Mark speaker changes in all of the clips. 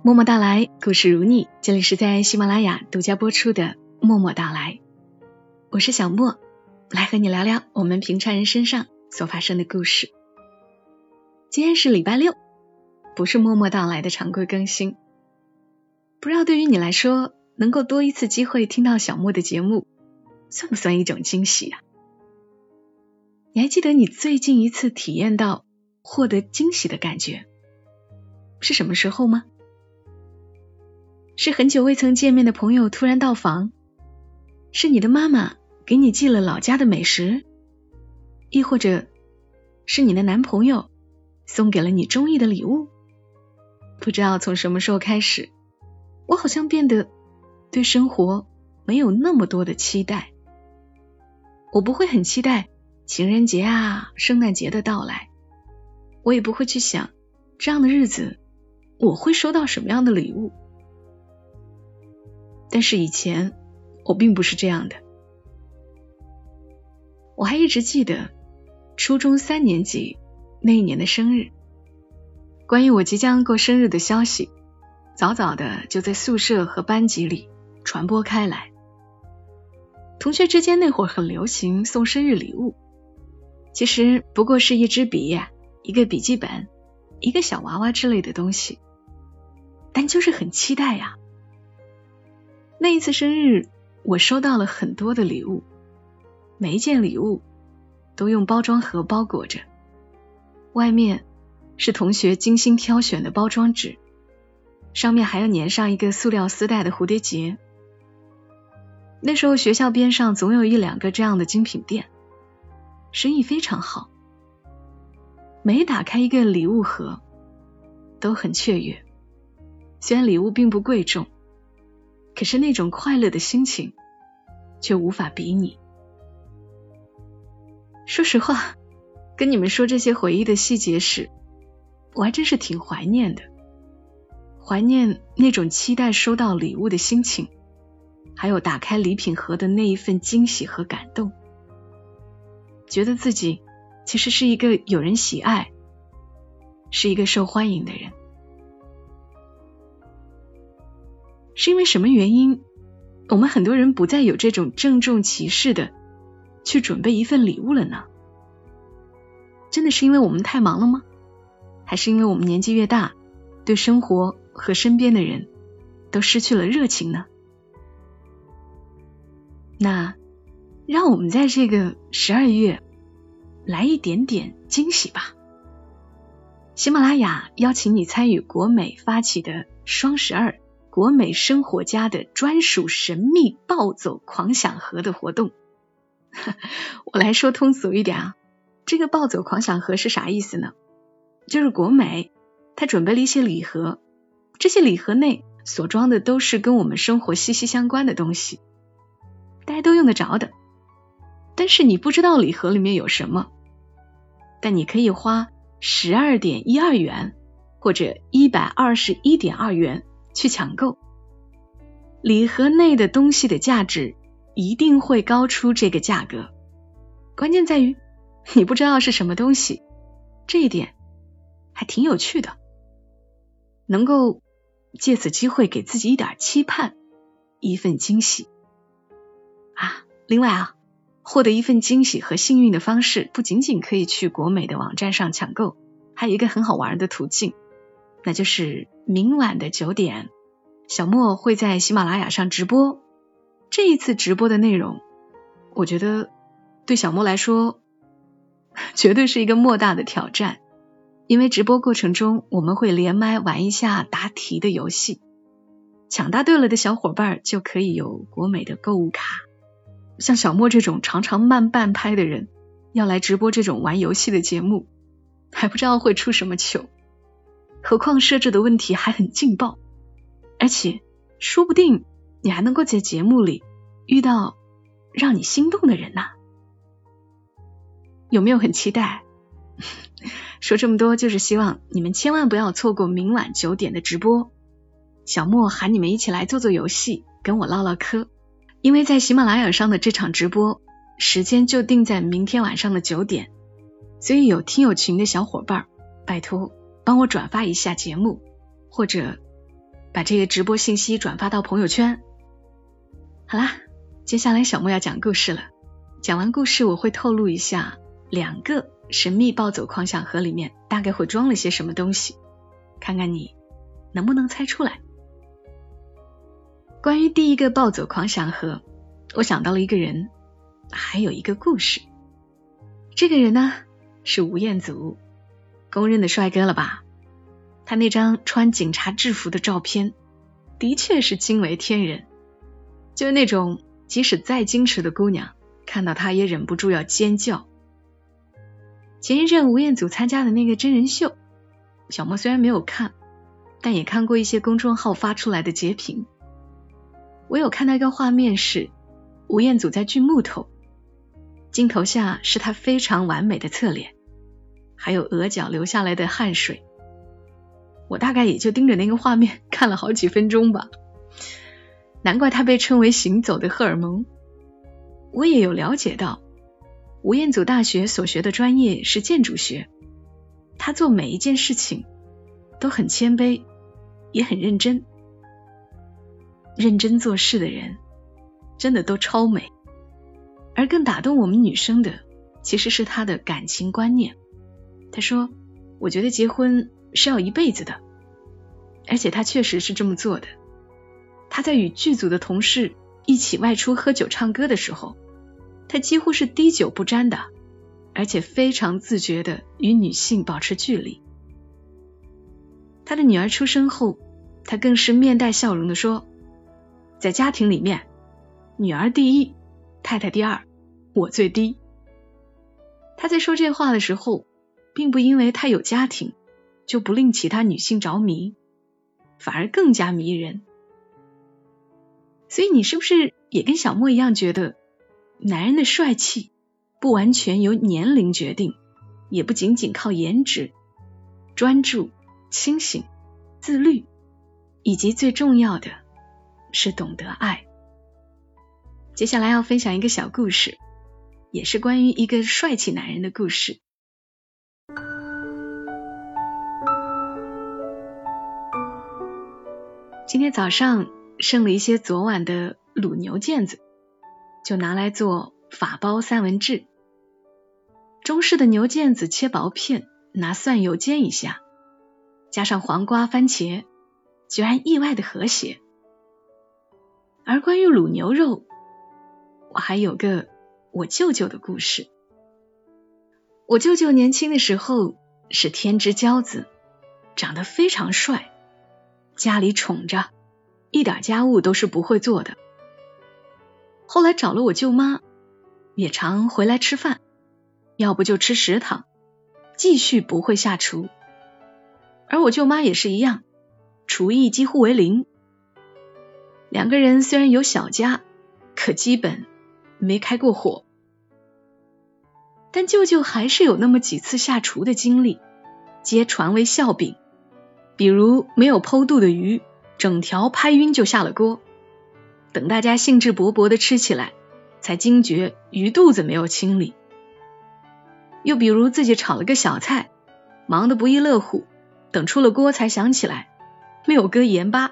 Speaker 1: 默默到来，故事如你，这里是在喜马拉雅独家播出的默默到来，我是小默，来和你聊聊我们平常人身上所发生的故事。今天是礼拜六，不是默默到来的常规更新。不知道对于你来说，能够多一次机会听到小默的节目，算不算一种惊喜啊？你还记得你最近一次体验到获得惊喜的感觉是什么时候吗？是很久未曾见面的朋友突然到访，是你的妈妈给你寄了老家的美食，亦或者是你的男朋友送给了你中意的礼物。不知道从什么时候开始，我好像变得对生活没有那么多的期待。我不会很期待情人节啊、圣诞节的到来，我也不会去想这样的日子我会收到什么样的礼物。但是以前我并不是这样的。我还一直记得初中3年级那一年的生日，关于我即将过生日的消息早早的就在宿舍和班级里传播开来。同学之间那会儿很流行送生日礼物，其实不过是一支笔、一个笔记本、一个小娃娃之类的东西，但就是很期待呀。那一次生日，我收到了很多的礼物，每一件礼物都用包装盒包裹着，外面是同学精心挑选的包装纸，上面还要粘上一个塑料丝带的蝴蝶结。那时候学校边上总有1-2个这样的精品店，生意非常好，每打开一个礼物盒都很雀跃。虽然礼物并不贵重，可是那种快乐的心情却无法比拟。说实话，跟你们说这些回忆的细节时，我还真是挺怀念的，怀念那种期待收到礼物的心情，还有打开礼品盒的那一份惊喜和感动，觉得自己其实是一个有人喜爱，是一个受欢迎的人。是因为什么原因，我们很多人不再有这种郑重其事的去准备一份礼物了呢？真的是因为我们太忙了吗？还是因为我们年纪越大，对生活和身边的人都失去了热情呢？那让我们在这个12月来一点点惊喜吧。喜马拉雅邀请你参与国美发起的双12国美生活家的专属神秘暴走狂想盒的活动。我来说通俗一点啊，这个暴走狂想盒是啥意思呢？就是国美它准备了一些礼盒，这些礼盒内所装的都是跟我们生活息息相关的东西，大家都用得着的。但是你不知道礼盒里面有什么，但你可以花 12.12 元或者 121.2 元去抢购。礼盒内的东西的价值一定会高出这个价格，关键在于你不知道是什么东西，这一点还挺有趣的，能够借此机会给自己一点期盼，一份惊喜啊。另外啊，获得一份惊喜和幸运的方式不仅仅可以去国美的网站上抢购，还有一个很好玩的途径，那就是明晚的9点，小默会在喜马拉雅上直播。这一次直播的内容，我觉得对小默来说绝对是一个莫大的挑战，因为直播过程中我们会连麦玩一下答题的游戏，抢答对了的小伙伴就可以有国美的购物卡。像小默这种常常慢半拍的人，要来直播这种玩游戏的节目，还不知道会出什么糗，何况设置的问题还很劲爆，而且说不定你还能够在节目里遇到让你心动的人呢。有没有很期待？说这么多就是希望你们千万不要错过明晚9点的直播，小默喊你们一起来做做游戏，跟我唠唠嗑。因为在喜马拉雅上的这场直播时间就定在明天晚上的9点，所以有听友群的小伙伴拜托帮我转发一下节目，或者把这个直播信息转发到朋友圈。好啦，接下来小莫要讲故事了。讲完故事我会透露一下2个神秘暴走狂想盒里面大概会装了些什么东西，看看你能不能猜出来。关于第一个暴走狂想盒，我想到了一个人，还有一个故事。这个人呢是吴彦祖，公认的帅哥了吧？他那张穿警察制服的照片的确是惊为天人，就是那种即使再矜持的姑娘看到他也忍不住要尖叫。前一阵吴彦祖参加的那个真人秀，小莫虽然没有看，但也看过一些公众号发出来的截屏。我有看到一个画面是吴彦祖在锯木头，镜头下是他非常完美的侧脸，还有额角流下来的汗水。我大概也就盯着那个画面看了好几分钟吧，难怪他被称为行走的荷尔蒙。我也有了解到吴彦祖大学所学的专业是建筑学，他做每一件事情都很谦卑，也很认真。认真做事的人真的都超美，而更打动我们女生的其实是他的感情观念。他说，我觉得结婚是要一辈子的，而且他确实是这么做的。他在与剧组的同事一起外出喝酒唱歌的时候，他几乎是滴酒不沾的，而且非常自觉地与女性保持距离。他的女儿出生后，他更是面带笑容地说，在家庭里面，女儿第一，太太第二，我最低。他在说这话的时候，并不因为他有家庭就不令其他女性着迷，反而更加迷人。所以你是不是也跟小莫一样觉得，男人的帅气不完全由年龄决定，也不仅仅靠颜值，专注、清醒、自律，以及最重要的是懂得爱。接下来要分享一个小故事，也是关于一个帅气男人的故事。今天早上剩了一些昨晚的卤牛腱子，就拿来做法包三文治。中式的牛腱子切薄片，拿蒜油煎一下，加上黄瓜、番茄，居然意外的和谐。而关于卤牛肉，我还有个我舅舅的故事。我舅舅年轻的时候是天之骄子，长得非常帅，家里宠着，一点家务都是不会做的。后来找了我舅妈，也常回来吃饭，要不就吃食堂，继续不会下厨。而我舅妈也是一样，厨艺几乎为零。两个人虽然有小家，可基本没开过火。但舅舅还是有那么几次下厨的经历，皆传为笑柄。比如没有剖肚的鱼，整条拍晕就下了锅，等大家兴致勃勃地吃起来，才惊觉鱼肚子没有清理。又比如自己炒了个小菜，忙得不亦乐乎，等出了锅才想起来没有搁盐巴。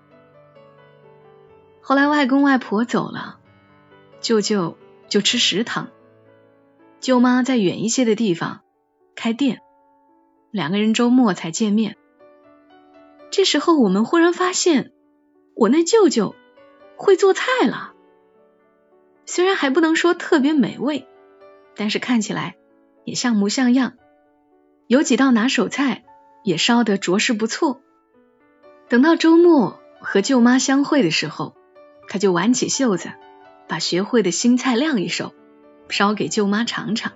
Speaker 1: 后来外公外婆走了，舅舅就吃食堂，舅妈在远一些的地方开店，两个人周末才见面。这时候我们忽然发现，我那舅舅会做菜了。虽然还不能说特别美味，但是看起来也像模像样，有几道拿手菜也烧得着实不错。等到周末和舅妈相会的时候，他就挽起袖子，把学会的新菜亮一手，烧给舅妈尝尝。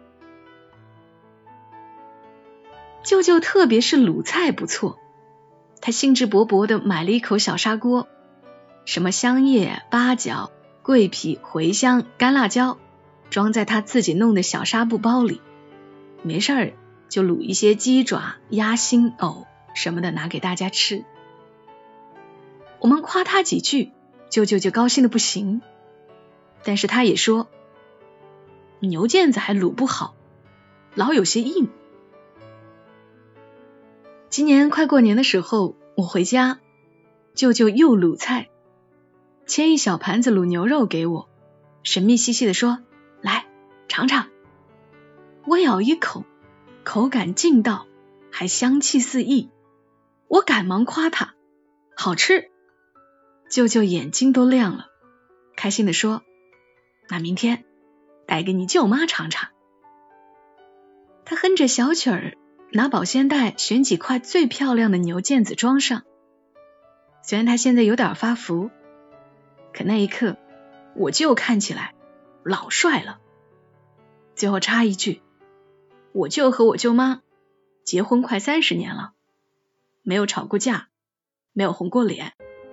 Speaker 1: 舅舅特别是卤菜不错，他兴致勃勃地买了一口小砂锅，什么香叶、八角、桂皮、茴香、干辣椒，装在他自己弄的小纱布包里，没事儿就卤一些鸡爪、鸭心、藕什么的拿给大家吃。我们夸他几句，舅舅就高兴得不行，但是他也说，牛腱子还卤不好，老有些硬。今年快过年的时候，我回家， 舅舅又卤菜，切一小盘子卤牛肉给我，神秘兮兮地说，来尝尝。我咬一口，口感劲道，还香气四溢，我赶忙夸他好吃。舅舅眼睛都亮了，开心地说，那明天带给你舅妈尝尝。他哼着小曲儿，拿保鲜袋选几块最漂亮的牛腱子装上。虽然他现在有点发福，可那一刻我舅看起来老帅了。最后插一句，我舅和我舅妈结婚快30年了，没有吵过架，没有红过脸。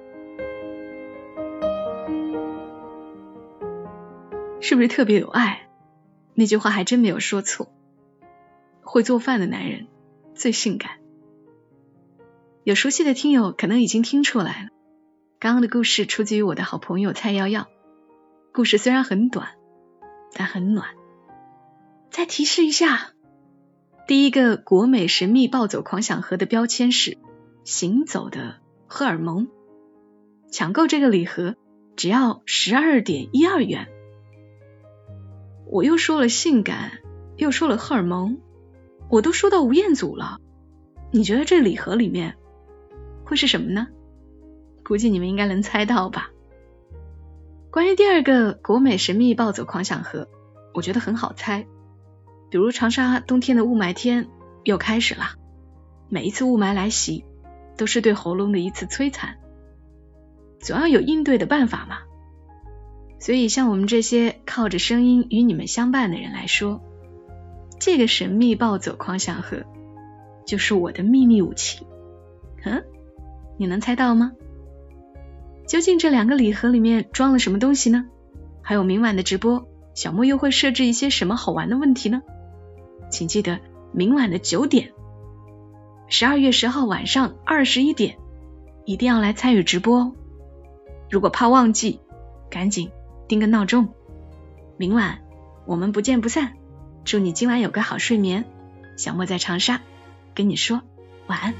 Speaker 1: 是不是特别有爱？那句话还真没有说错。会做饭的男人最性感。有熟悉的听友可能已经听出来了，刚刚的故事出自于我的好朋友蔡瑶瑶。故事虽然很短，但很暖。再提示一下，第一个国美神秘暴走狂想盒的标签是行走的荷尔蒙。抢购这个礼盒只要12.12元。我又说了性感，又说了荷尔蒙，我都说到吴彦祖了。你觉得这礼盒里面会是什么呢？估计你们应该能猜到吧。关于第二个国美神秘暴走狂想盒，我觉得很好猜。比如长沙冬天的雾霾天又开始了，每一次雾霾来袭都是对喉咙的一次摧残，总要有应对的办法嘛。所以像我们这些靠着声音与你们相伴的人来说，这个神秘暴走狂想盒就是我的秘密武器。你能猜到吗？究竟这2个礼盒里面装了什么东西呢？还有明晚的直播，小莫又会设置一些什么好玩的问题呢？请记得明晚的9点，12月10号晚上21点，一定要来参与直播哦。如果怕忘记，赶紧定个闹钟。明晚我们不见不散。祝你今晚有个好睡眠。小莫在长沙跟你说晚安。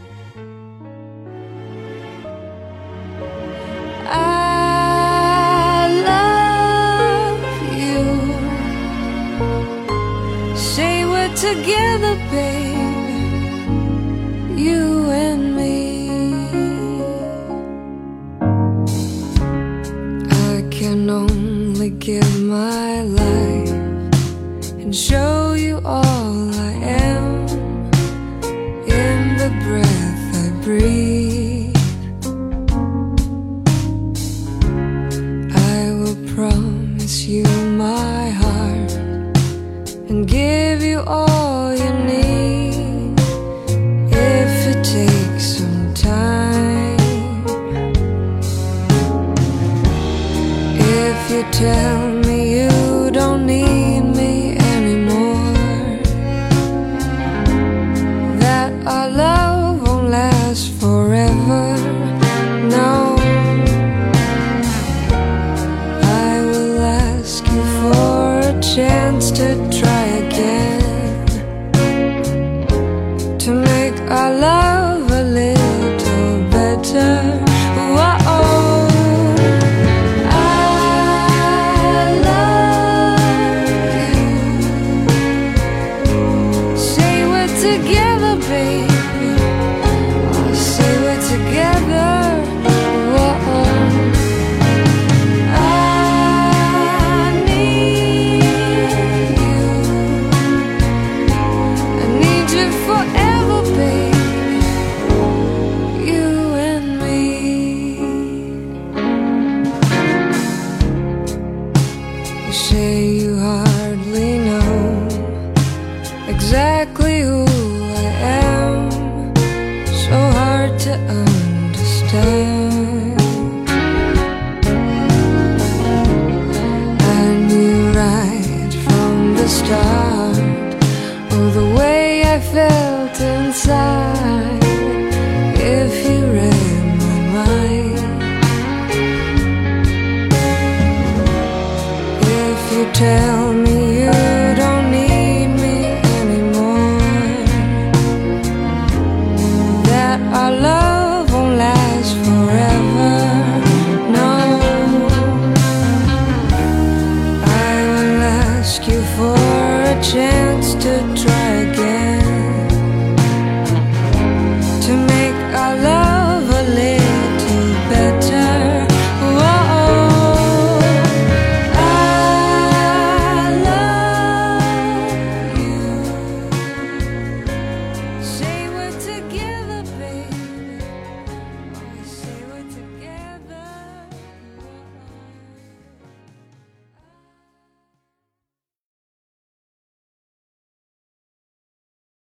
Speaker 2: I love you. Say we're together, babe, you and me. I can only give my life and show you all I am in the breath I breathe. I will promise you my heart and give you all you need if it takes some time. If you tell me you don't need me anymore, that our love won't last forever, no, I will ask you for a chance to try again, to make our love a little better. Whoa, I love you. Say we're together, baby. Oh, say we're together. Whoa, I need you. I need you forever, baby. You and me. You say you hardly know exactly who I am, so hard to understand. I knew right from the start, oh, the way I felt inside, if you read my mind. If you tell